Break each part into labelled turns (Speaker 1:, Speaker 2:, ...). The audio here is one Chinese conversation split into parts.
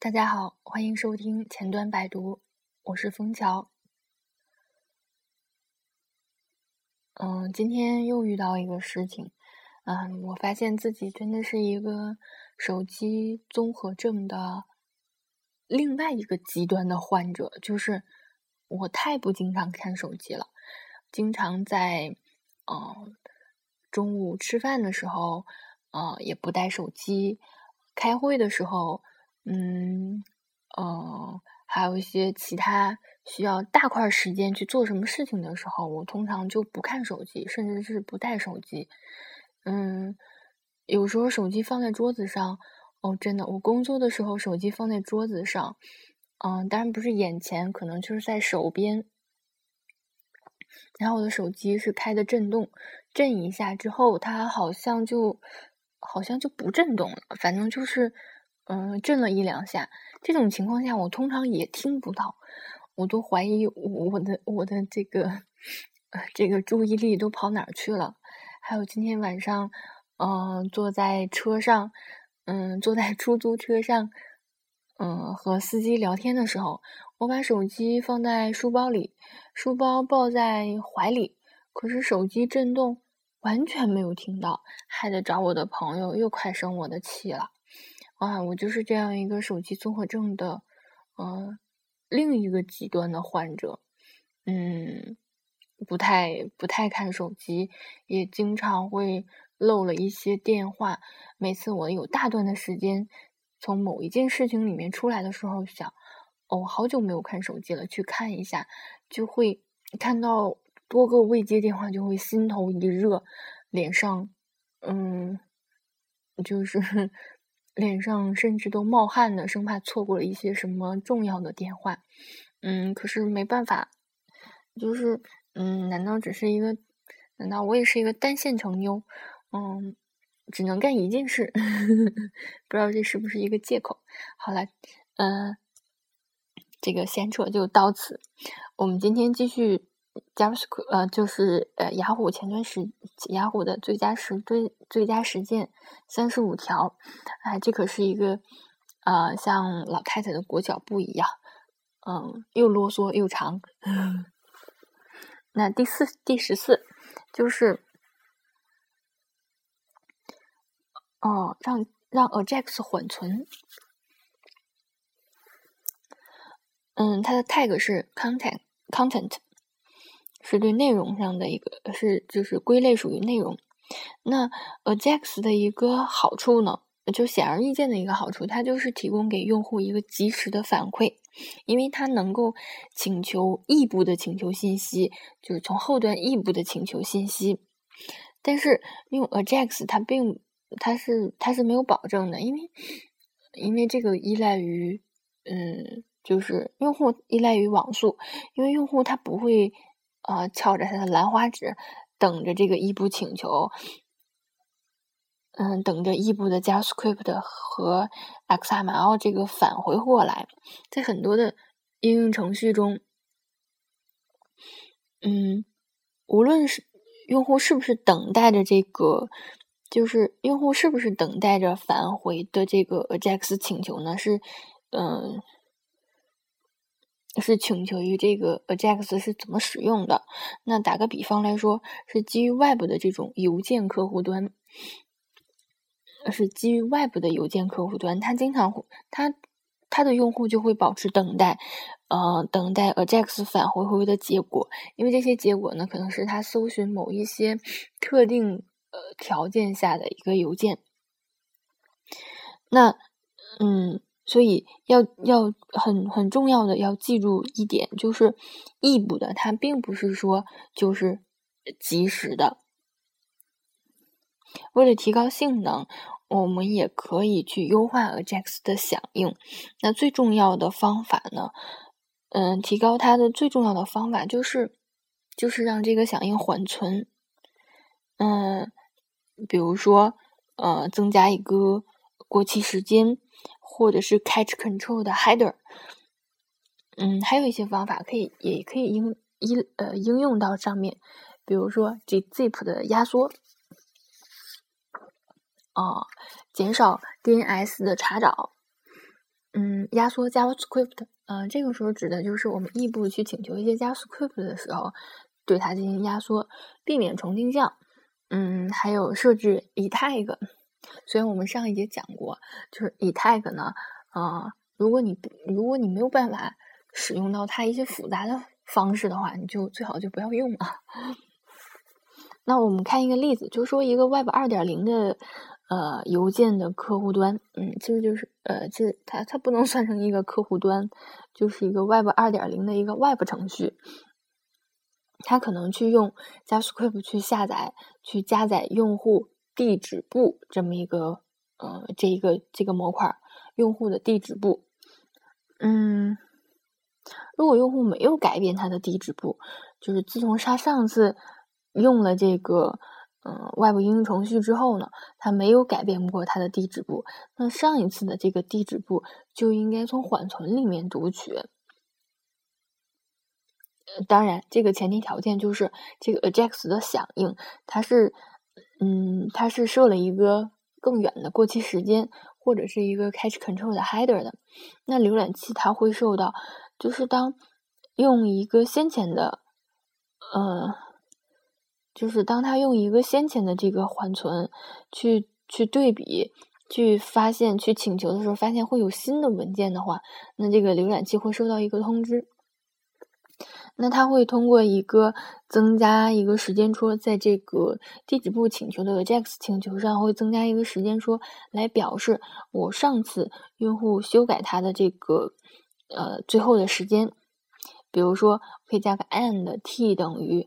Speaker 1: 大家好，欢迎收听前端百读，我是枫桥。今天又遇到一个事情，我发现自己真的是一个手机综合症的另外一个极端的患者，就是我太不经常看手机了，经常在中午吃饭的时候，也不带手机，开会的时候，还有一些其他需要大块时间去做什么事情的时候，我通常就不看手机，甚至是不带手机。有时候手机放在桌子上，真的，我工作的时候手机放在桌子上，当然不是眼前，可能就是在手边。然后我的手机是开的震动，震一下之后，它好像就不震动了，反正就是震了一两下。这种情况下我通常也听不到，我都怀疑我的这个注意力都跑哪儿去了。还有今天晚上坐在车上，坐在出租车上，和司机聊天的时候，我把手机放在书包里，书包抱在怀里，可是手机震动完全没有听到，害得找我的朋友又快生我的气了。我就是这样一个手机综合症的另一个极端的患者。不太看手机，也经常会漏了一些电话。每次我有大段的时间从某一件事情里面出来的时候，想好久没有看手机了，去看一下，就会看到多个未接电话，就会心头一热，脸上就是脸上甚至都冒汗的，生怕错过了一些什么重要的电话。可是没办法，就是难道我也是一个单线程优？只能干一件事，不知道这是不是一个借口。好了，这个闲扯就到此。我们今天继续JavaScript，就是雅虎雅虎的最佳实践35条。这可是一个像老太太的裹脚布一样，又啰嗦又长。那第14就是让 Ajax 缓存。它的 tag 是 content， 是对内容上的一个就是归类属于内容。那 Ajax 的一个好处呢，就显而易见的一个好处，它就是提供给用户一个及时的反馈，因为它能够请求异步的请求信息，就是从后端异步的请求信息。但是用 Ajax 它是没有保证的，因为这个依赖于就是用户依赖于网速，因为用户他不会翘着他的兰花指等着这个异步请求，等着异步的 JavaScript 和 XML 这个返回过来。在很多的应用程序中，无论是用户是不是等待着返回的这个 Ajax 请求呢？是请求于这个 Ajax 是怎么使用的。那打个比方来说，是基于外部的这种邮件客户端，它的用户就会保持等待Ajax 返回的结果，因为这些结果呢，可能是他搜寻某一些特定条件下的一个邮件。那所以要很重要的要记住一点，就是异步的它并不是说就是及时的。为了提高性能，我们也可以去优化 Ajax 的响应。那最重要的方法呢，提高它的最重要的方法就是让这个响应缓存。比如说增加一个过期时间，或者是 catch control 的 header。还有一些方法也可以应用到上面，比如说 gzip 的压缩，减少 DNS 的查找， 压缩 JavaScript，这个时候指的就是我们异步去请求一些 JavaScript 的时候，对它进行压缩，避免重定向。还有设置 e-tag，所以我们上一节讲过，就是 e-tag 呢，如果你没有办法使用到它一些复杂的方式的话，你就最好就不要用了。那我们看一个例子，就是说一个 Web 2.0的邮件的客户端，其实它不能算成一个客户端，就是一个 Web 2.0的一个 Web 程序。它可能去用 JavaScript 去加载用户地址部这么一个这个模块，用户的地址部。如果用户没有改变他的地址部，就是自从他上次用了这个Web 应用程序之后呢，他没有改变过他的地址部，那上一次的这个地址部就应该从缓存里面读取。当然，这个前提条件就是这个 AJAX 的响应，它是设了一个更远的过期时间，或者是一个 cache control 的 header 的。那浏览器它会受到，就是当用一个先前的，就是当它用一个先前的这个缓存去对比，去请求的时候，发现会有新的文件的话，那这个浏览器会收到一个通知。那它会通过一个增加一个时间戳，在这个地址部请求的 AJAX 请求上会增加一个时间戳，来表示我上次用户修改它的这个最后的时间。比如说可以加个 and t 等于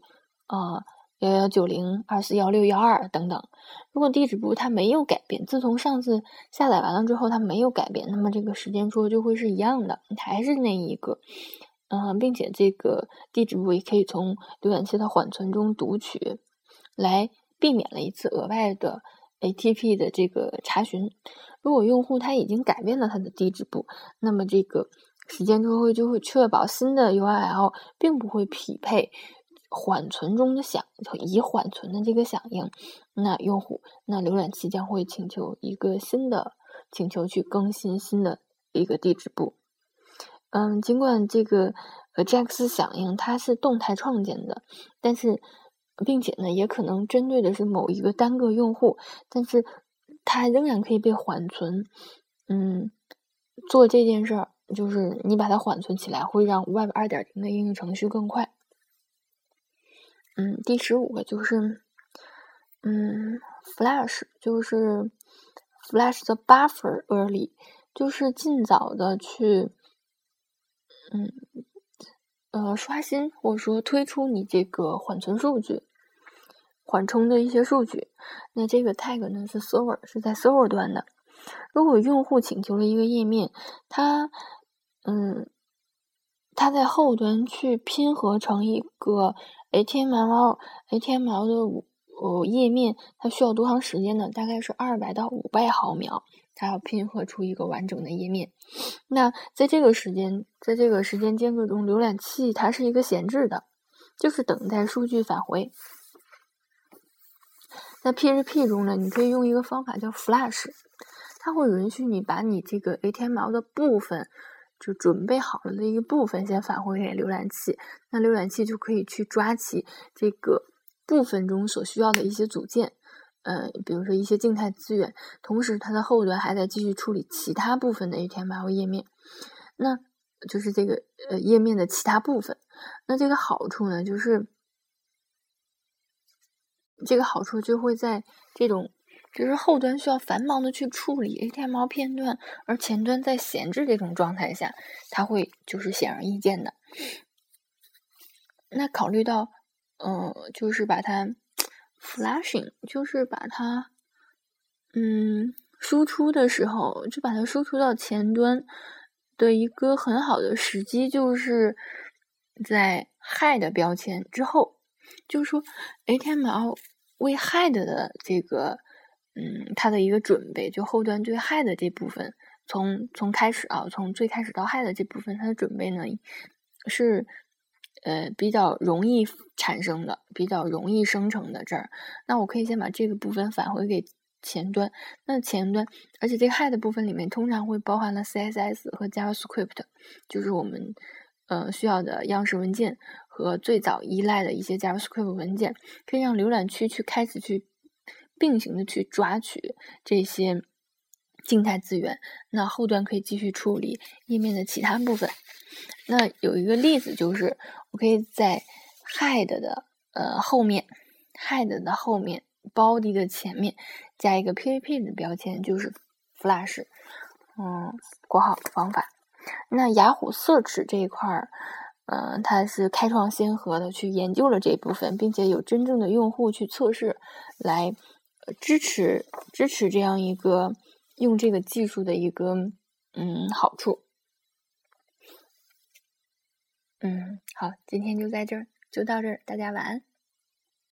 Speaker 1: 1190241612等等。如果地址部它没有改变，自从上次下载完了之后它没有改变，那么这个时间戳就会是一样的，还是那一个。并且这个地址部也可以从浏览器的缓存中读取，来避免了一次额外的 ATP 的这个查询。如果用户他已经改变了他的地址部，那么这个时间戳就会确保新的 URL 并不会匹配缓存中的已缓存的这个响应，那浏览器将会请求一个新的请求去更新新的一个地址部。尽管这个AJAX 响应它是动态创建的，但是并且呢也可能针对的是某一个单个用户，但是它仍然可以被缓存。做这件事儿就是你把它缓存起来，会让 Web 2.0的应用程序更快。第15个就是Flash， 就是 Flash the buffer early， 就是尽早的去刷新或者说推出你这个缓存数据、缓冲的一些数据。那这个 tag 呢是在 server 端的。如果用户请求了一个页面，它在后端去拼合成一个 HTML 的页面，它需要多长时间呢？大概是200到500毫秒。它要拼合出一个完整的页面。那在这个时间间隔中，浏览器它是一个闲置的，就是等待数据返回。在 PHP 中呢，你可以用一个方法叫 Flash， 它会允许你把你这个 HTML 的部分，就准备好了的一个部分先返回给浏览器，那浏览器就可以去抓起这个部分中所需要的一些组件。比如说一些静态资源，同时它的后端还在继续处理其他部分的 HTML 页面，那就是这个页面的其他部分。那这个好处呢，就是这个好处就会在这种就是后端需要繁忙的去处理 HTML 片段，而前端在闲置这种状态下，它会就是显而易见的。那考虑到就是把它flashing， 就是把它输出的时候，就把它输出到前端的一个很好的时机，就是在 head 标签之后。就是说 HTML 为 head 的这个它的一个准备，就后端对 head 这部分从最开始到 head 这部分它的准备呢是比较容易产生的，比较容易生成的这儿。那我可以先把这个部分返回给前端。那前端，而且这个 Hide 部分里面通常会包含了 CSS 和 JavaScript， 就是我们需要的样式文件和最早依赖的一些 JavaScript 文件，可以让浏览区去开始去并行的去抓取这些静态资源，那后端可以继续处理页面的其他部分。那有一个例子就是，我可以在 Hide 的后面 ，Hide 的后面 ，Body 的前面加一个 PHP 的标签，就是 Flash，括号方法。那雅虎 Search 这一块儿，它是开创先河的去研究了这一部分，并且有真正的用户去测试，来支持这样一个用这个技术的一个好处。好，今天就到这儿，大家晚安。